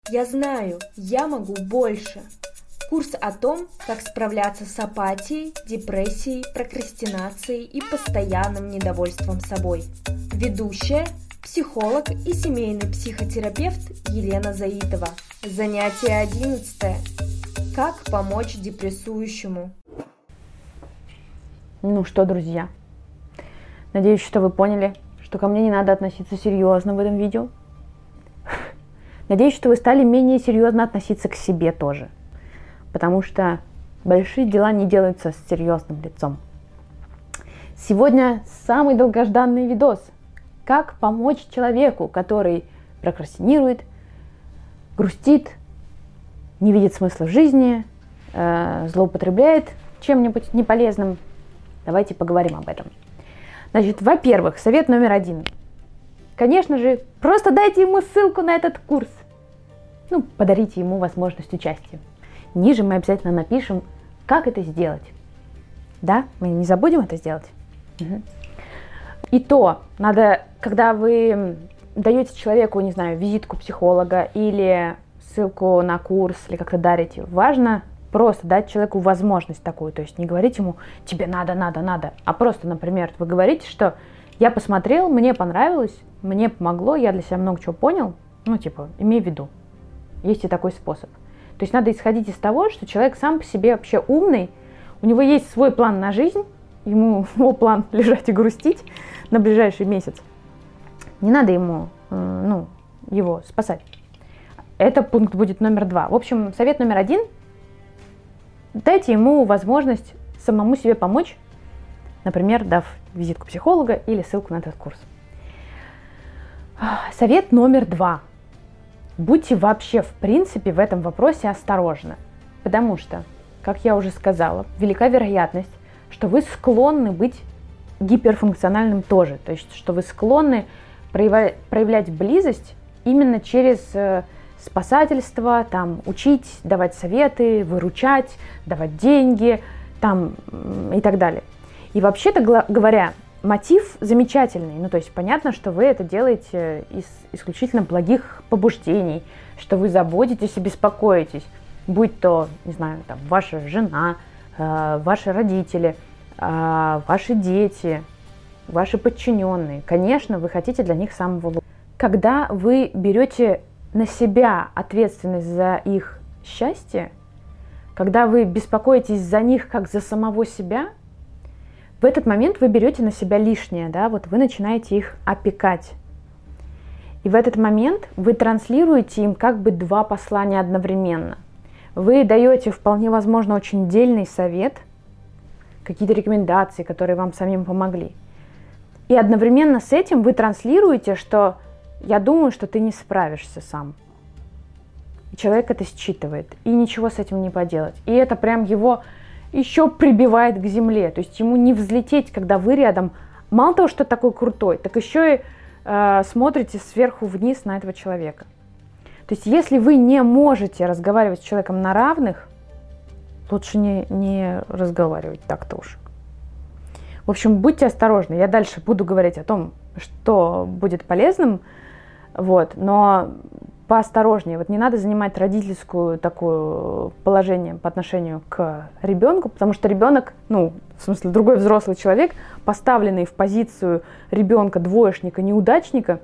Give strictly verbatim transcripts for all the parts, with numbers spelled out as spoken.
Я знаю, я могу больше. Курс о том, как справляться с апатией, депрессией, прокрастинацией и постоянным недовольством собой. Ведущая, психолог и семейный психотерапевт Елена Заитова. Занятие одиннадцатое. Как помочь депрессующему? Ну что, друзья, надеюсь, что вы поняли, что ко мне не надо относиться серьезно в этом видео. Надеюсь, что вы стали менее серьезно относиться к себе тоже. Потому что большие дела не делаются с серьезным лицом. Сегодня самый долгожданный видос. Как помочь человеку, который прокрастинирует, грустит, не видит смысла в жизни, э, злоупотребляет чем-нибудь неполезным. Давайте поговорим об этом. Значит, во-первых, совет номер один. Конечно же, просто дайте ему ссылку на этот курс. Ну, подарите ему возможность участия. Ниже мы обязательно напишем, как это сделать. Да? Мы не забудем это сделать? Угу. И то, надо, когда вы даете человеку, не знаю, визитку психолога или ссылку на курс, или как-то дарите, важно просто дать человеку возможность такую. То есть не говорить ему, тебе надо, надо, надо. А просто, например, вы говорите, что я посмотрел, мне понравилось, мне помогло, я для себя много чего понял. Ну, типа, имей в виду. Есть и такой способ. То есть надо исходить из того, что человек сам по себе вообще умный, у него есть свой план на жизнь, ему его план лежать и грустить на ближайший месяц. Не надо ему, ну, его спасать. Это пункт будет номер два. В общем, совет номер один. Дайте ему возможность самому себе помочь, например, дав визитку психолога или ссылку на этот курс. Совет номер два. Будьте вообще, в принципе, в этом вопросе осторожны, потому что, как я уже сказала, велика вероятность, что вы склонны быть гиперфункциональным тоже, то есть, что вы склонны проявлять, проявлять близость именно через э, спасательство, там, учить, давать советы, выручать, давать деньги, там, и так далее. И вообще-то говоря, мотив замечательный, ну то есть понятно, что вы это делаете из исключительно благих побуждений, что вы заботитесь и беспокоитесь, будь то, не знаю, там, ваша жена, э, ваши родители, э, ваши дети, ваши подчиненные. Конечно, вы хотите для них самого лучшего. Когда вы берете на себя ответственность за их счастье, когда вы беспокоитесь за них как за самого себя, в этот момент вы берете на себя лишнее, да, вот вы начинаете их опекать. И в этот момент вы транслируете им как бы два послания одновременно. Вы даете вполне возможно очень дельный совет, какие-то рекомендации, которые вам самим помогли. И одновременно с этим вы транслируете, что я думаю, что ты не справишься сам. И человек это считывает, и ничего с этим не поделать. И это прям его еще прибивает к земле. То есть ему не взлететь, когда вы рядом. Мало того, что такой крутой, так еще и э, смотрите сверху вниз на этого человека. То есть если вы не можете разговаривать с человеком на равных, лучше не, не разговаривать так-то уж. В общем, будьте осторожны. Я дальше буду говорить о том, что будет полезным, вот, но поосторожнее. Вот не надо занимать родительскую такое положение по отношению к ребенку, потому что ребенок, ну, в смысле, другой взрослый человек, поставленный в позицию ребенка, двоечника, неудачника,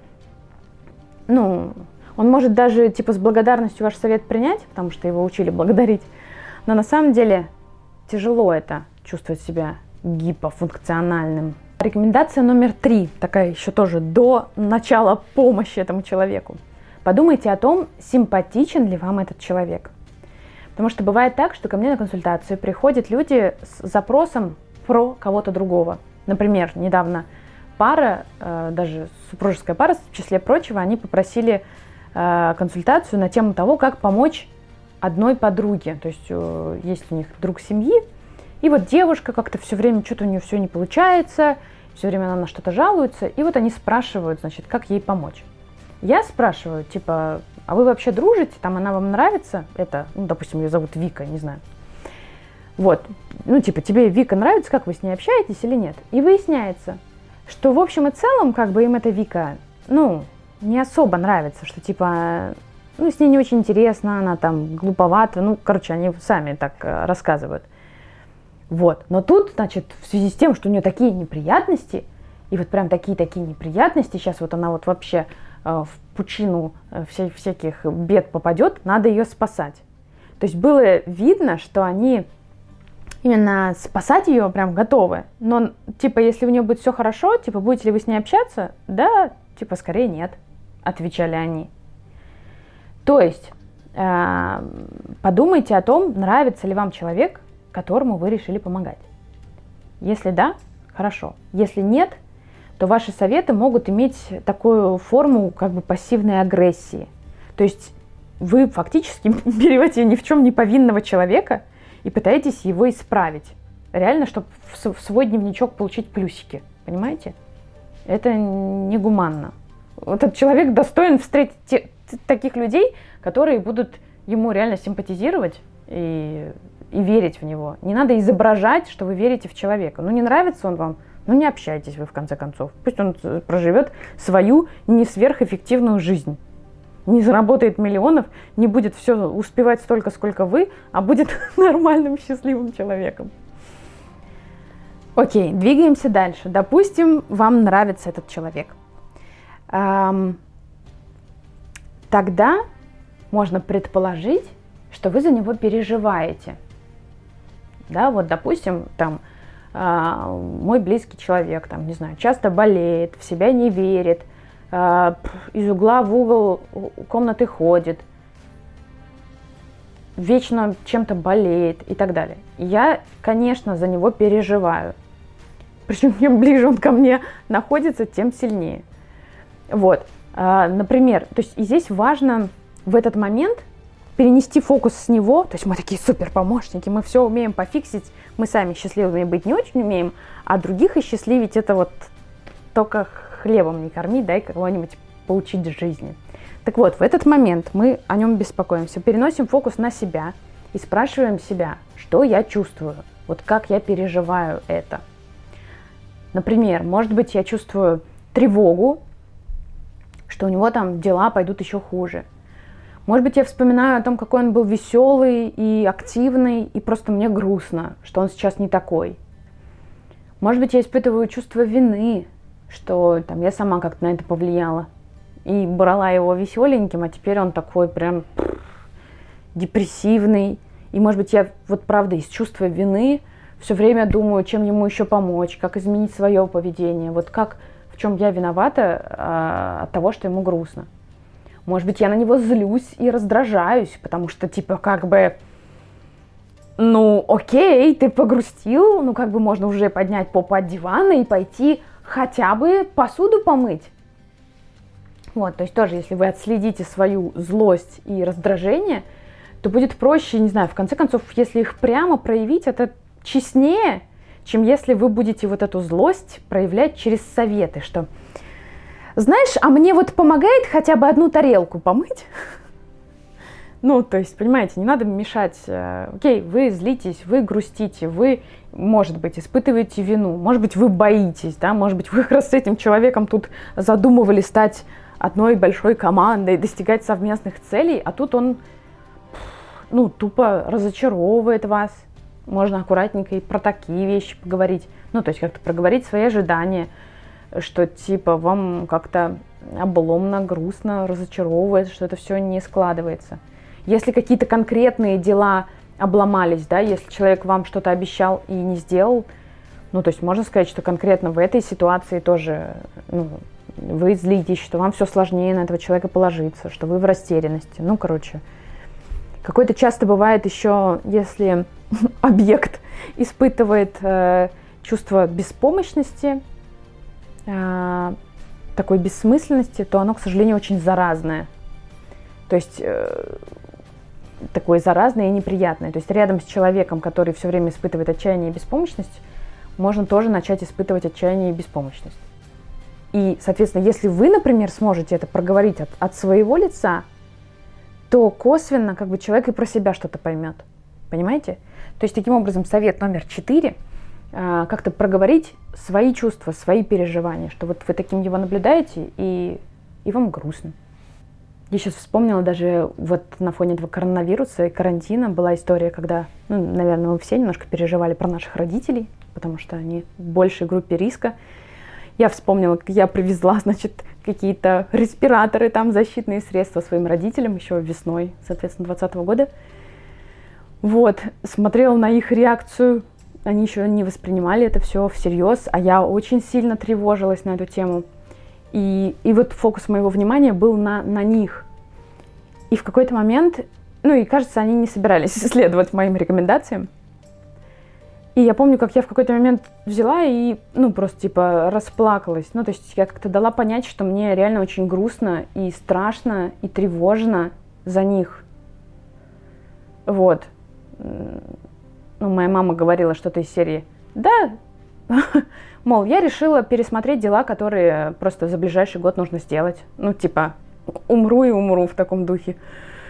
ну, он может даже типа с благодарностью ваш совет принять, потому что его учили благодарить, но на самом деле тяжело это, чувствовать себя гипофункциональным. Рекомендация номер три, такая еще тоже до начала помощи этому человеку. Подумайте о том, симпатичен ли вам этот человек. Потому что бывает так, что ко мне на консультацию приходят люди с запросом про кого-то другого. Например, недавно пара, даже супружеская пара, в числе прочего, они попросили консультацию на тему того, как помочь одной подруге. То есть есть у них друг семьи, и вот девушка как-то все время, что-то у нее все не получается, все время она на что-то жалуется, и вот они спрашивают, значит, как ей помочь. Я спрашиваю, типа, а вы вообще дружите? Там она вам нравится? Это, ну, допустим, ее зовут Вика, не знаю. Вот, ну, типа, тебе Вика нравится, как вы с ней общаетесь или нет? И выясняется, что в общем и целом, как бы им эта Вика, ну, не особо нравится, что, типа, ну, с ней не очень интересно, она там глуповата, ну, короче, они сами так э, рассказывают. Вот, но тут, значит, в связи с тем, что у нее такие неприятности, и вот прям такие-такие неприятности, сейчас вот она вот вообще э, в пучину э, вся, всяких бед попадет, надо ее спасать. То есть было видно, что они именно спасать ее прям готовы, но, типа, если у нее будет все хорошо, типа, будете ли вы с ней общаться? Да, типа, скорее нет, отвечали они. То есть э, подумайте о том, нравится ли вам человек, которому вы решили помогать. Если да, хорошо. Если нет, то ваши советы могут иметь такую форму как бы пассивной агрессии. То есть вы фактически берете ни в чем не повинного человека и пытаетесь его исправить. Реально, чтобы в свой дневничок получить плюсики. Понимаете? Это негуманно. Этот человек достоин встретить те, таких людей, которые будут ему реально симпатизировать и, и верить в него. Не надо изображать, что вы верите в человека. Ну, не нравится он вам, ну, не общайтесь вы, в конце концов. Пусть он проживет свою не сверхэффективную жизнь. Не заработает миллионов, не будет все успевать столько, сколько вы, а будет нормальным, счастливым человеком. Окей, двигаемся дальше. Допустим, вам нравится этот человек. Эм, тогда можно предположить, что вы за него переживаете. Да, вот, допустим, там, э, мой близкий человек, там, не знаю, часто болеет, в себя не верит, э, из угла в угол комнаты ходит, вечно чем-то болеет и так далее. Я, конечно, за него переживаю. Причем, чем ближе он ко мне находится, тем сильнее. Вот, э, например, то есть и здесь важно в этот момент перенести фокус с него, то есть мы такие супер помощники, мы все умеем пофиксить, мы сами счастливыми быть не очень умеем, а других осчастливить это вот только хлебом не корми, дай кого-нибудь поучить жизни. Так вот, в этот момент мы о нем беспокоимся, переносим фокус на себя и спрашиваем себя, что я чувствую, вот как я переживаю это. Например, может быть, я чувствую тревогу, что у него там дела пойдут еще хуже. Может быть, я вспоминаю о том, какой он был веселый и активный, и просто мне грустно, что он сейчас не такой. Может быть, я испытываю чувство вины, что там, я сама как-то на это повлияла. И брала его веселеньким, а теперь он такой прям депрессивный. И, может быть, я вот правда из чувства вины все время думаю, чем ему еще помочь, как изменить свое поведение. Вот как, в чем я виновата а, от того, что ему грустно. Может быть, я на него злюсь и раздражаюсь, потому что, типа, как бы, ну, окей, ты погрустил, ну, как бы можно уже поднять попу от дивана и пойти хотя бы посуду помыть. Вот, то есть тоже, если вы отследите свою злость и раздражение, то будет проще, не знаю, в конце концов, если их прямо проявить, это честнее, чем если вы будете вот эту злость проявлять через советы, что... Знаешь, а мне вот помогает хотя бы одну тарелку помыть. Ну, то есть, понимаете, не надо мешать. Окей, вы злитесь, вы грустите, вы, может быть, испытываете вину, может быть, вы боитесь, да, может быть, вы как раз с этим человеком тут задумывали стать одной большой командой, достигать совместных целей, а тут он, ну, тупо разочаровывает вас. Можно аккуратненько и про такие вещи поговорить. Ну, то есть, как-то проговорить свои ожидания, что типа вам как-то обломно, грустно, разочаровывает, что это все не складывается. Если какие-то конкретные дела обломались, да, если человек вам что-то обещал и не сделал, ну, то есть можно сказать, что конкретно в этой ситуации тоже, ну, вы злитесь, что вам все сложнее на этого человека положиться, что вы в растерянности. Ну, короче, какой-то часто бывает еще, если объект испытывает э, чувство беспомощности, такой бессмысленности, то оно, к сожалению, очень заразное. То есть э, такое заразное и неприятное. То есть рядом с человеком, который все время испытывает отчаяние и беспомощность, можно тоже начать испытывать отчаяние и беспомощность. И, соответственно, если вы, например, сможете это проговорить от, от своего лица, то косвенно как бы человек и про себя что-то поймет. Понимаете? То есть, таким образом, совет номер четыре – как-то проговорить свои чувства, свои переживания, что вот вы таким его наблюдаете, и, и вам грустно. Я сейчас вспомнила даже вот на фоне этого коронавируса и карантина была история, когда, ну, наверное, мы все немножко переживали про наших родителей, потому что они в большей группе риска. Я вспомнила, как я привезла, значит, какие-то респираторы, там, защитные средства своим родителям еще весной, соответственно, двадцатого года. Вот, смотрела на их реакцию, они еще не воспринимали это все всерьез, а я очень сильно тревожилась на эту тему. И, и вот фокус моего внимания был на, на них. И в какой-то момент, ну и кажется, они не собирались следовать моим рекомендациям. И я помню, как я в какой-то момент взяла и, ну, просто типа расплакалась. Ну, то есть я как-то дала понять, что мне реально очень грустно и страшно и тревожно за них. Вот. Ну, моя мама говорила что-то из серии: да, мол, я решила пересмотреть дела, которые просто за ближайший год нужно сделать. Ну, типа, умру и умру в таком духе.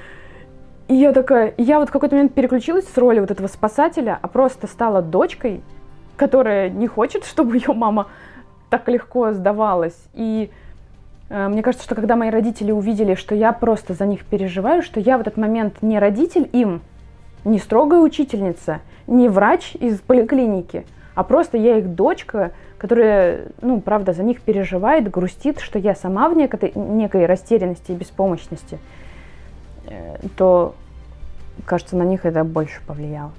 И я такая, я вот в какой-то момент переключилась с роли вот этого спасателя, а просто стала дочкой, которая не хочет, чтобы ее мама так легко сдавалась. И э, мне кажется, что когда мои родители увидели, что я просто за них переживаю, что я в этот момент не родитель им, не строгая учительница, не врач из поликлиники, а просто я их дочка, которая, ну, правда, за них переживает, грустит, что я сама в некой, некой растерянности и беспомощности, то, кажется, на них это больше повлияло.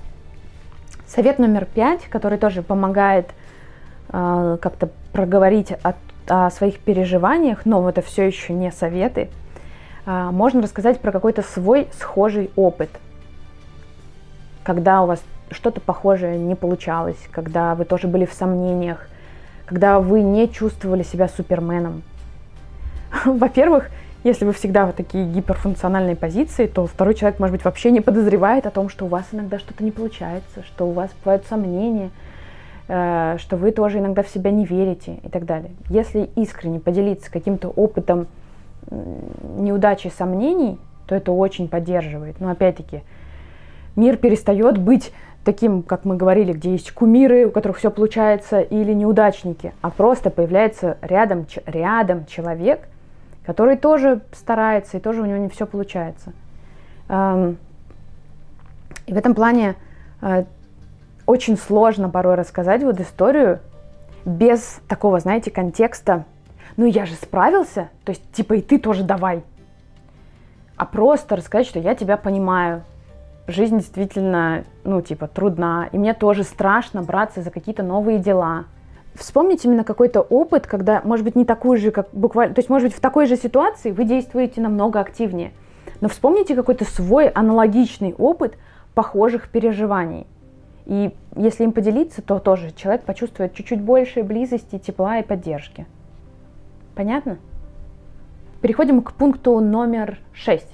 Совет номер пять, который тоже помогает э, как-то проговорить о, о своих переживаниях, но это все еще не советы, э, можно рассказать про какой-то свой схожий опыт, когда у вас что-то похожее не получалось, когда вы тоже были в сомнениях, когда вы не чувствовали себя суперменом. Во-первых, если вы всегда в такие гиперфункциональные позиции, то второй человек, может быть, вообще не подозревает о том, что у вас иногда что-то не получается, что у вас бывают сомнения, что вы тоже иногда в себя не верите и так далее. Если искренне поделиться каким-то опытом неудачи и сомнений, то это очень поддерживает. Но опять-таки, мир перестает быть таким, как мы говорили, где есть кумиры, у которых все получается, или неудачники, а просто появляется рядом, рядом человек, который тоже старается, и тоже у него не все получается. И в этом плане очень сложно порой рассказать вот историю без такого, знаете, контекста: ну я же справился, то есть типа и ты тоже давай. А просто рассказать, что я тебя понимаю. Жизнь действительно, ну, типа, трудна, и мне тоже страшно браться за какие-то новые дела. Вспомните именно какой-то опыт, когда, может быть, не такую же, как буквально, то есть, может быть, в такой же ситуации вы действуете намного активнее, но вспомните какой-то свой аналогичный опыт похожих переживаний. И если им поделиться, то тоже человек почувствует чуть-чуть больше близости, тепла и поддержки. Понятно? Переходим к пункту номер шесть.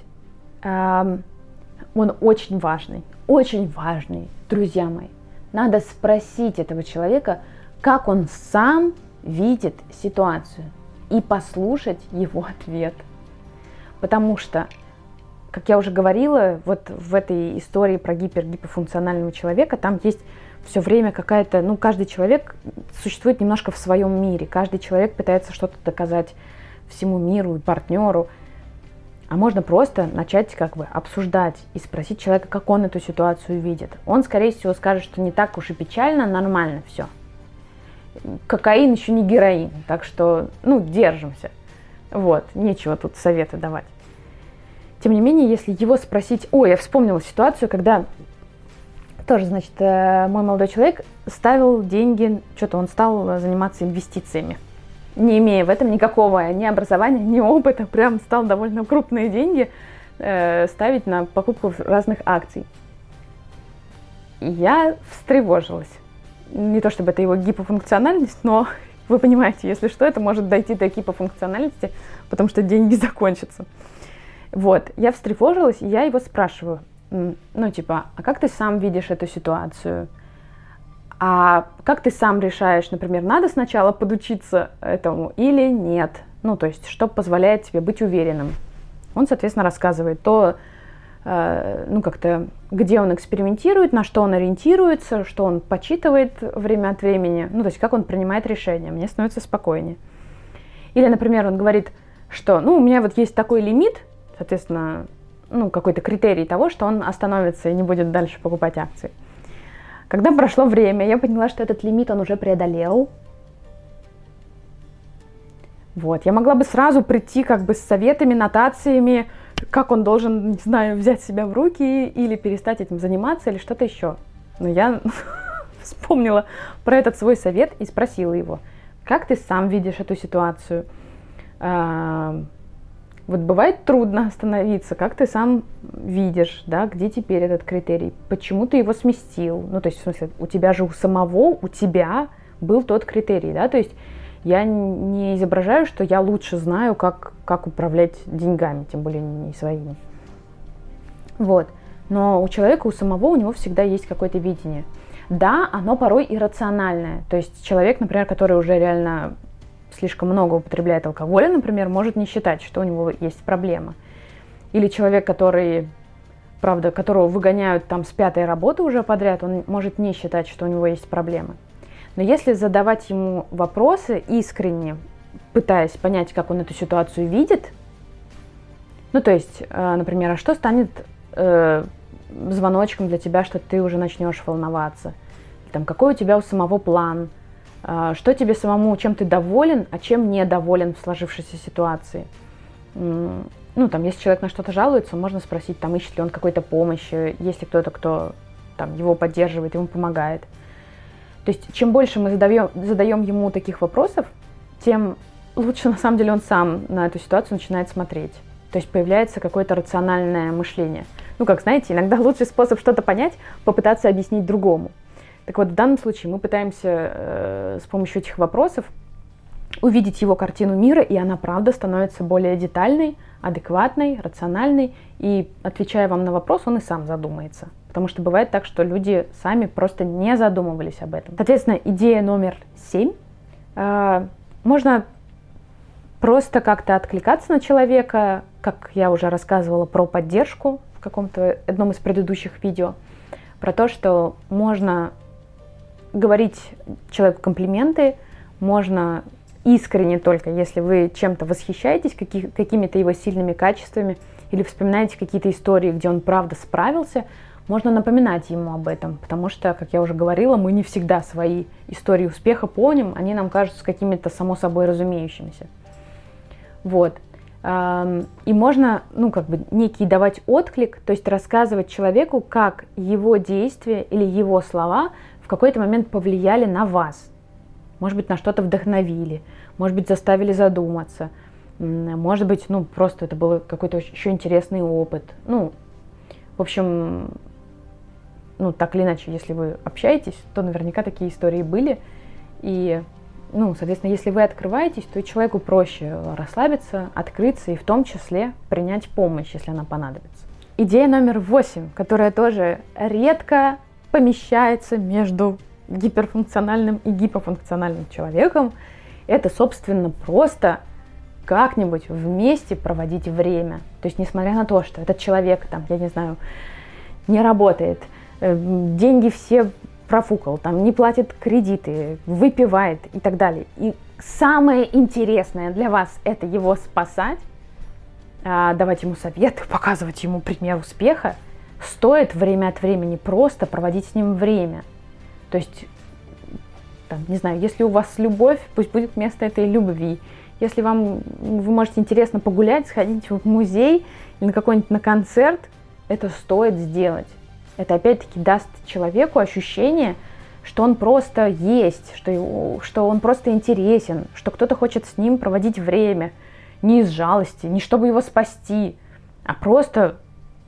Он очень важный, очень важный, друзья мои. Надо спросить этого человека, как он сам видит ситуацию, и послушать его ответ. Потому что, как я уже говорила, вот в этой истории про гипер-гиперфункционального человека, там есть все время какая-то, ну, каждый человек существует немножко в своем мире, каждый человек пытается что-то доказать всему миру и партнеру. А можно просто начать как бы обсуждать и спросить человека, как он эту ситуацию видит. Он, скорее всего, скажет, что не так уж и печально, нормально все. Кокаин еще не героин, так что, ну, держимся. Вот, нечего тут советы давать. Тем не менее, если его спросить... Ой, я вспомнила ситуацию, когда тоже, значит, мой молодой человек ставил деньги, что-то он стал заниматься инвестициями, не имея в этом никакого ни образования, ни опыта, прям стал довольно крупные деньги э, ставить на покупку разных акций. И я встревожилась. Не то чтобы это его гипофункциональность, но вы понимаете, если что, это может дойти до гипофункциональности, потому что деньги закончатся. Вот, я встревожилась, и я его спрашиваю, ну типа, а как ты сам видишь эту ситуацию? А как ты сам решаешь, например, надо сначала подучиться этому или нет? Ну, то есть, что позволяет тебе быть уверенным? Он, соответственно, рассказывает то, э, ну, как-то, где он экспериментирует, на что он ориентируется, что он почитывает время от времени, ну, то есть, как он принимает решения. Мне становится спокойнее. Или, например, он говорит, что, ну, у меня вот есть такой лимит, соответственно, ну, какой-то критерий того, что он остановится и не будет дальше покупать акции. Когда прошло время, я поняла, что этот лимит он уже преодолел. Вот, я могла бы сразу прийти как бы с советами, нотациями, как он должен, не знаю, взять себя в руки или перестать этим заниматься или что-то еще. Но я вспомнила про этот свой совет и спросила его, как ты сам видишь эту ситуацию? А, вот бывает трудно остановиться, как ты сам видишь, да, где теперь этот критерий, почему ты его сместил? Ну, то есть, в смысле, у тебя же у самого, у тебя был тот критерий, да, то есть я не изображаю, что я лучше знаю, как, как управлять деньгами, тем более не своими. Вот. Но у человека, у самого, у него всегда есть какое-то видение. Да, оно порой иррациональное. То есть человек, например, который уже реально слишком много употребляет алкоголя, например, может не считать, что у него есть проблема. Или человек, который, правда, которого выгоняют там с пятой работы уже подряд, он может не считать, что у него есть проблемы. Но если задавать ему вопросы искренне, пытаясь понять, как он эту ситуацию видит, ну, то есть, например, а что станет э, звоночком для тебя, что ты уже начнешь волноваться? Там, какой у тебя у самого план? Э, что тебе самому, чем ты доволен, а чем недоволен в сложившейся ситуации? М- ну, там, если человек на что-то жалуется, можно спросить, там, ищет ли он какой-то помощи, есть ли кто-то, кто там, его поддерживает, ему помогает. То есть, чем больше мы задаем, задаем ему таких вопросов, тем лучше, на самом деле, он сам на эту ситуацию начинает смотреть. То есть, появляется какое-то рациональное мышление. Ну, как знаете, иногда лучший способ что-то понять – попытаться объяснить другому. Так вот, в данном случае мы пытаемся э, с помощью этих вопросов увидеть его картину мира, и она, правда, становится более детальной, адекватной, рациональной. И, отвечая вам на вопрос, он и сам задумается. Потому что бывает так, что люди сами просто не задумывались об этом. Соответственно, идея номер семь. Э, можно просто как-то откликаться на человека, как я уже рассказывала про поддержку в каком-то одном из предыдущих видео, про то, что можно говорить человеку комплименты, можно искренне только, если вы чем-то восхищаетесь, каких, какими-то его сильными качествами, или вспоминаете какие-то истории, где он правда справился, можно напоминать ему об этом, потому что, как я уже говорила, мы не всегда свои истории успеха помним, они нам кажутся какими-то само собой разумеющимися. Вот. И можно, ну, как бы некий давать отклик, то есть рассказывать человеку, как его действия или его слова в какой-то момент повлияли на вас. Может быть, на что-то вдохновили, может быть, заставили задуматься, может быть, ну, просто это был какой-то еще интересный опыт. Ну, в общем, ну, так или иначе, если вы общаетесь, то наверняка такие истории были. И, ну, соответственно, если вы открываетесь, то человеку проще расслабиться, открыться и в том числе принять помощь, если она понадобится. Идея номер восемь, которая тоже редко помещается между гиперфункциональным и гипофункциональным человеком, это, собственно, просто как-нибудь вместе проводить время. То есть, несмотря на то, что этот человек, там, я не знаю, не работает, деньги все профукал, там, не платит кредиты, выпивает и так далее. И самое интересное для вас – это его спасать, давать ему советы, показывать ему пример успеха. Стоит время от времени просто проводить с ним время. То есть, там, не знаю, если у вас любовь, пусть будет место этой любви. Если вам, вы можете интересно погулять, сходить в музей или на какой-нибудь на концерт, это стоит сделать. Это опять-таки даст человеку ощущение, что он просто есть, что, его, что он просто интересен, что кто-то хочет с ним проводить время. Не из жалости, не чтобы его спасти, а просто,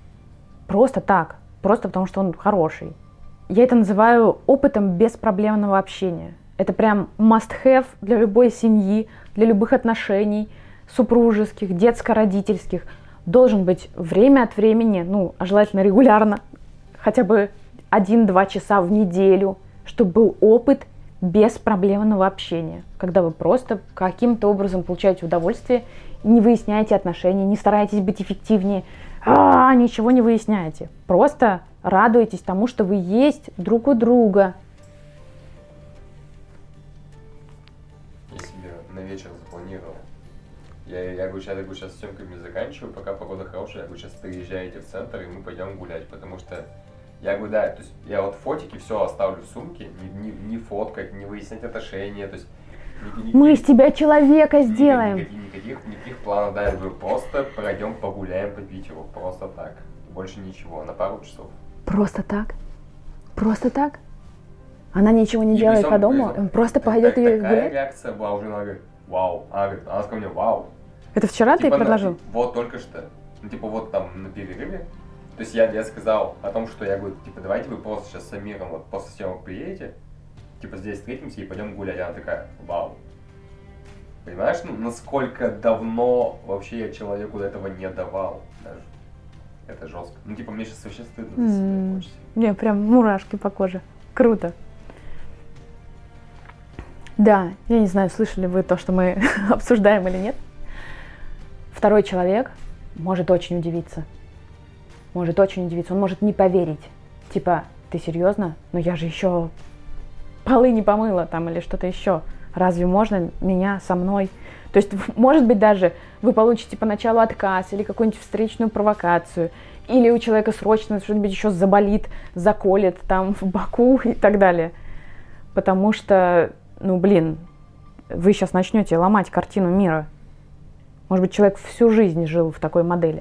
просто так, просто потому что он хороший. Я это называю опытом беспроблемного общения. Это прям must-have для любой семьи, для любых отношений, супружеских, детско-родительских. Должен быть время от времени, ну, а желательно регулярно, хотя бы один-два часа в неделю, чтобы был опыт беспроблемного общения, когда вы просто каким-то образом получаете удовольствие, не выясняете отношения, не стараетесь быть эффективнее, а, ничего не выясняете. Просто радуетесь тому, что вы есть друг у друга. Я себе на вечер запланировал Я, я говорю, сейчас, я говорю, сейчас с съемками заканчиваю, пока погода хорошая, я говорю, сейчас приезжаете в центр, и мы пойдем гулять, потому что я говорю, да, то есть я вот фотики все оставлю в сумке, не, не, не фоткать, не выяснять отношения, то есть никаких, мы из тебя человека сделаем. Никаких, никаких, никаких планов, да, я говорю, просто пройдем, погуляем по Питеру, просто так, больше ничего, на пару часов. Просто так? Просто так? Она ничего не и делает по дому, он просто пойдет так, и такая гулять? Реакция была уже, она говорит, вау, она говорит, она сказала мне, вау. Это вчера типа, ты предложил? На, вот только что, ну типа вот там на перерыве, то есть я, я сказал о том, что я говорю, типа давайте вы просто сейчас с Амиром вот после съемок приедете, типа здесь встретимся и пойдем гулять. И она такая, вау. Понимаешь, ну, насколько давно вообще я человеку до этого не давал даже. Это жестко. Ну типа мне сейчас вообще стыдно за себя Mm. хочется. Мне прям мурашки по коже. Круто. Да, я не знаю, слышали вы то, что мы обсуждаем или нет. Второй человек может очень удивиться. Может очень удивиться. Он может не поверить. Типа, ты серьезно? Но я же еще полы не помыла там или что-то еще. Разве можно меня со мной? То есть, может быть, даже вы получите поначалу отказ или какую-нибудь встречную провокацию, или у человека срочно что-нибудь еще заболит, заколет там в боку и так далее. Потому что, ну блин, вы сейчас начнете ломать картину мира. Может быть, человек всю жизнь жил в такой модели.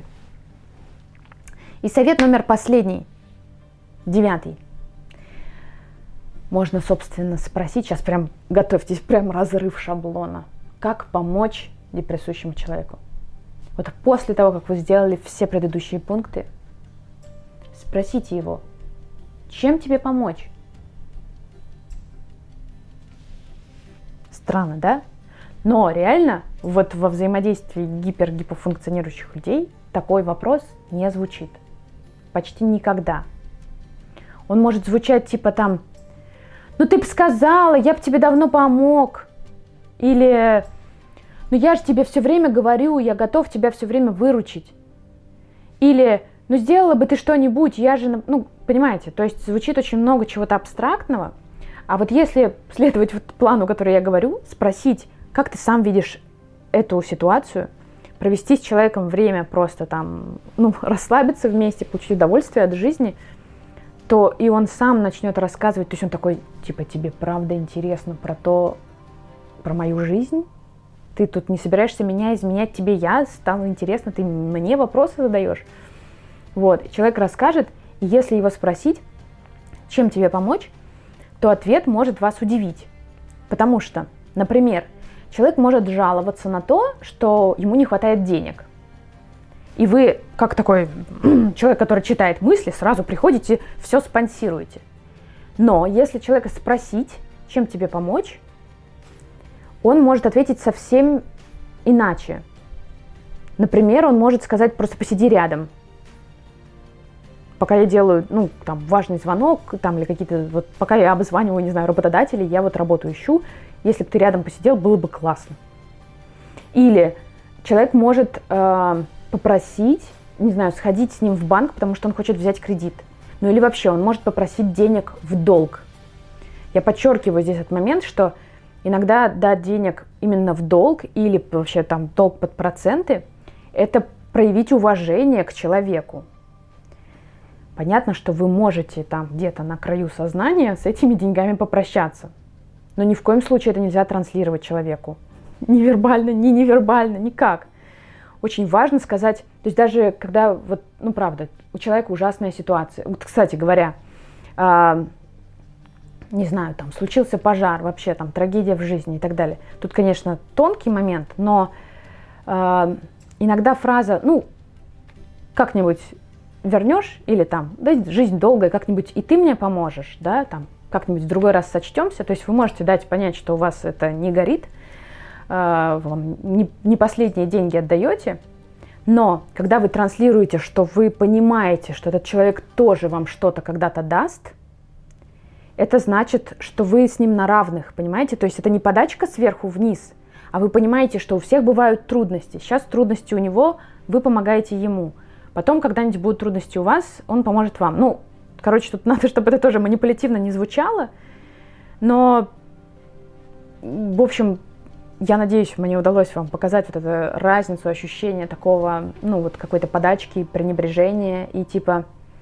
И совет номер последний, девятый. Можно, собственно, спросить, сейчас прям готовьтесь, прям разрыв шаблона. Как помочь депрессующему человеку? Вот после того, как вы сделали все предыдущие пункты, спросите его, чем тебе помочь? Странно, да? Но реально вот во взаимодействии гипер-гипофункционирующих людей такой вопрос не звучит. Почти никогда. Он может звучать типа там, ну ты бы сказала, я бы тебе давно помог. Или, ну я же тебе все время говорю, я готов тебя все время выручить. Или, ну сделала бы ты что-нибудь, я же, ну понимаете, то есть звучит очень много чего-то абстрактного. А вот если следовать вот плану, который я говорю, спросить, как ты сам видишь эту ситуацию, провести с человеком время, просто там, ну, расслабиться вместе, получить удовольствие от жизни, то и он сам начнет рассказывать, то есть он такой, типа, тебе правда интересно про то, про мою жизнь? Ты тут не собираешься меня изменять, тебе я, стало интересно, ты мне вопросы задаешь. Вот, и человек расскажет, и если его спросить, чем тебе помочь, то ответ может вас удивить. Потому что, например, человек может жаловаться на то, что ему не хватает денег. И вы, как такой человек, который читает мысли, сразу приходите, все спонсируете. Но если человека спросить, чем тебе помочь, он может ответить совсем иначе. Например, он может сказать, просто посиди рядом. Пока я делаю, ну, там, важный звонок, там, или какие-то, вот, пока я обзваниваю, не знаю, работодателей, я вот работу ищу, если бы ты рядом посидел, было бы классно. Или человек может э, попросить, не знаю, сходить с ним в банк, потому что он хочет взять кредит. Ну, или вообще он может попросить денег в долг. Я подчеркиваю здесь этот момент, что иногда дать денег именно в долг или вообще там долг под проценты, это проявить уважение к человеку. Понятно, что вы можете там где-то на краю сознания с этими деньгами попрощаться. Но ни в коем случае это нельзя транслировать человеку. Ни вербально, ни невербально, никак. Очень важно сказать, то есть даже когда, вот, ну правда, у человека ужасная ситуация. Вот, кстати говоря, э, не знаю, там случился пожар, вообще там трагедия в жизни и так далее. Тут, конечно, тонкий момент, но э, иногда фраза, ну, как-нибудь вернешь, или там, да, жизнь долгая, как-нибудь и ты мне поможешь, да, там, как-нибудь в другой раз сочтемся, то есть вы можете дать понять, что у вас это не горит, э, вам не, не последние деньги отдаете, но когда вы транслируете, что вы понимаете, что этот человек тоже вам что-то когда-то даст, это значит, что вы с ним на равных, понимаете, то есть это не подачка сверху вниз, а вы понимаете, что у всех бывают трудности, сейчас трудности у него, вы помогаете ему. Потом, когда-нибудь будут трудности у вас, он поможет вам. Ну, короче, тут надо, чтобы это тоже манипулятивно не звучало, но, в общем, Я надеюсь, мне удалось вам показать вот эту разницу, ощущение такого, ну, вот какой-то подачки, пренебрежения и типа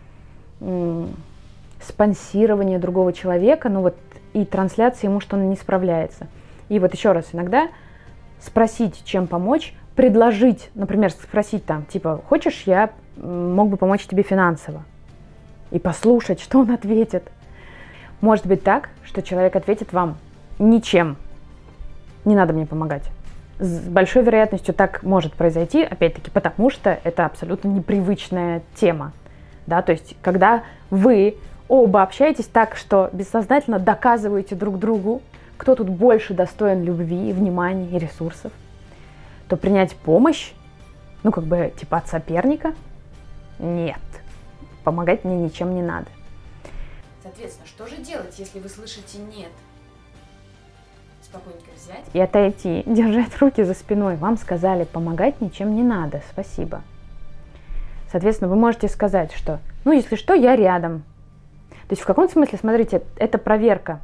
м- спонсирования другого человека, ну вот, и трансляции ему, что он не справляется. И вот еще раз, иногда спросить, чем помочь, предложить, например, спросить там, типа, хочешь, я мог бы помочь тебе финансово? И послушать, что он ответит. Может быть так, что человек ответит вам ничем. Не надо мне помогать. С большой вероятностью так может произойти, опять-таки, потому что это абсолютно непривычная тема. Да? То есть, когда вы оба общаетесь так, что бессознательно доказываете друг другу, кто тут больше достоин любви, внимания и ресурсов, то принять помощь, ну, как бы, типа от соперника, нет. Помогать мне ничем не надо. Соответственно, что же делать, если вы слышите «нет»? Спокойненько взять и отойти, держать руки за спиной. Вам сказали, помогать ничем не надо, спасибо. Соответственно, вы можете сказать, что, ну, если что, я рядом. То есть в каком смысле, смотрите, это проверка.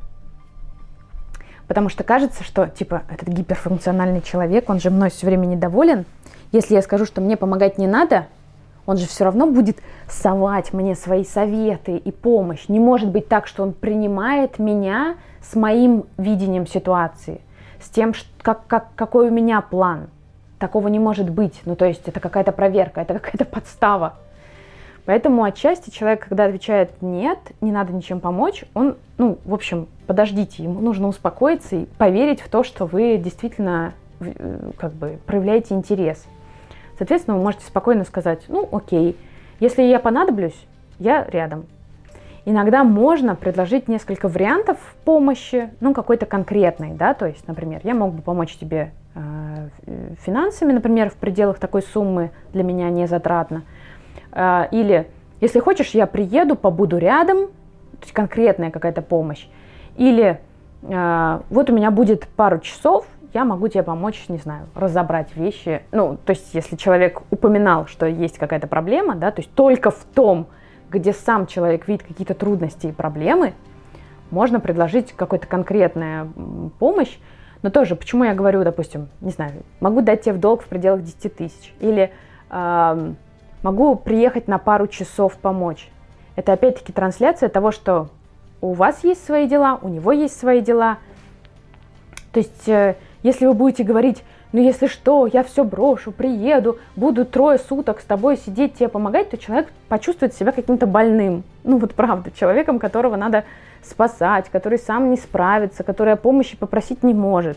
Потому что кажется, что, типа, этот гиперфункциональный человек, он же мной все время недоволен. Если я скажу, что мне помогать не надо, он же все равно будет совать мне свои советы и помощь. Не может быть так, что он принимает меня с моим видением ситуации, с тем, как, как, какой у меня план. Такого не может быть. Ну, то есть это какая-то проверка, это какая-то подстава. Поэтому отчасти человек, когда отвечает «нет, не надо ничем помочь», он, ну, в общем, подождите, ему нужно успокоиться и поверить в то, что вы действительно как бы проявляете интерес. Соответственно, вы можете спокойно сказать, ну, окей, если я понадоблюсь, я рядом. Иногда можно предложить несколько вариантов помощи, ну, какой-то конкретной, да, то есть, например, я мог бы помочь тебе э, финансами, например, в пределах такой суммы для меня не затратно. Э, или, если хочешь, я приеду, побуду рядом, то есть конкретная какая-то помощь. Или э, вот у меня будет пару часов, я могу тебе помочь, не знаю, разобрать вещи. Ну, то есть, если человек упоминал, что есть какая-то проблема, да, то есть только в том, где сам человек видит какие-то трудности и проблемы, можно предложить какую-то конкретную помощь. Но тоже, почему я говорю, допустим, не знаю, могу дать тебе в долг в пределах десяти тысяч, или э, могу приехать на пару часов помочь. Это опять-таки трансляция того, что у вас есть свои дела, у него есть свои дела. То есть, э, если вы будете говорить, ну если что, я все брошу, приеду, буду трое суток с тобой сидеть, тебе помогать, то человек почувствует себя каким-то больным. Ну вот правда, человеком, которого надо спасать, который сам не справится, который о помощи попросить не может.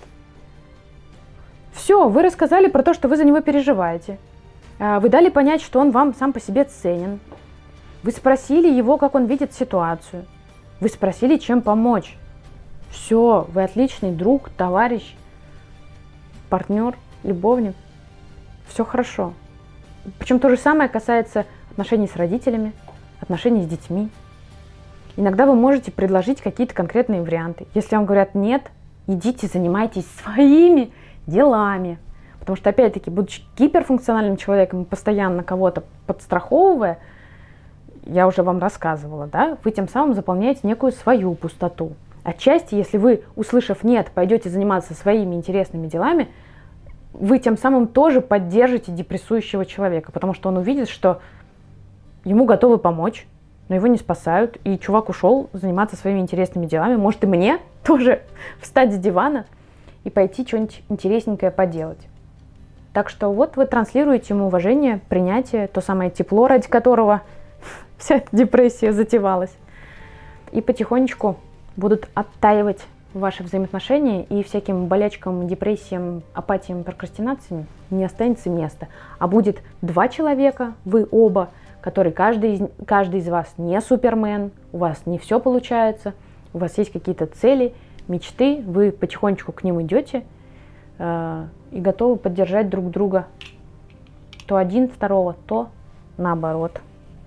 Все, вы рассказали про то, что вы за него переживаете. Вы дали понять, что он вам сам по себе ценен. Вы спросили его, как он видит ситуацию. Вы спросили, чем помочь. Все, вы отличный друг, товарищ, партнер, любовник. Все хорошо. Причем то же самое касается отношений с родителями, отношений с детьми. Иногда вы можете предложить какие-то конкретные варианты. Если вам говорят «нет», идите, занимайтесь своими делами. Потому что, опять-таки, будучи гиперфункциональным человеком и постоянно кого-то подстраховывая, я уже вам рассказывала, да, вы тем самым заполняете некую свою пустоту. Отчасти, если вы, услышав «нет», пойдете заниматься своими интересными делами, вы тем самым тоже поддержите депрессующего человека, потому что он увидит, что ему готовы помочь, но его не спасают, и чувак ушел заниматься своими интересными делами. Может, и мне тоже встать с дивана и пойти что-нибудь интересненькое поделать. Так что вот вы транслируете ему уважение, принятие, то самое тепло, ради которого вся эта депрессия затевалась. И потихонечку будут оттаивать ваши взаимоотношения, и всяким болячкам, депрессиям, апатиям, прокрастинациям не останется места. А будет два человека, вы оба, который каждый из, каждый из вас не супермен, у вас не все получается, у вас есть какие-то цели, мечты, вы потихонечку к ним идете э, и готовы поддержать друг друга. То один второго, то наоборот.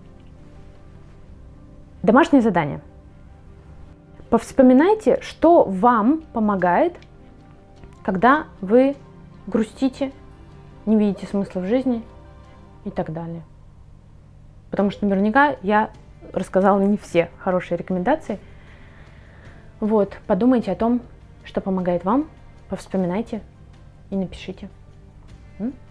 Домашнее задание. Повспоминайте, что вам помогает, когда вы грустите, не видите смысла в жизни и так далее. Потому что наверняка я рассказала не все хорошие рекомендации. Вот, подумайте о том, что помогает вам, повспоминайте и напишите. М?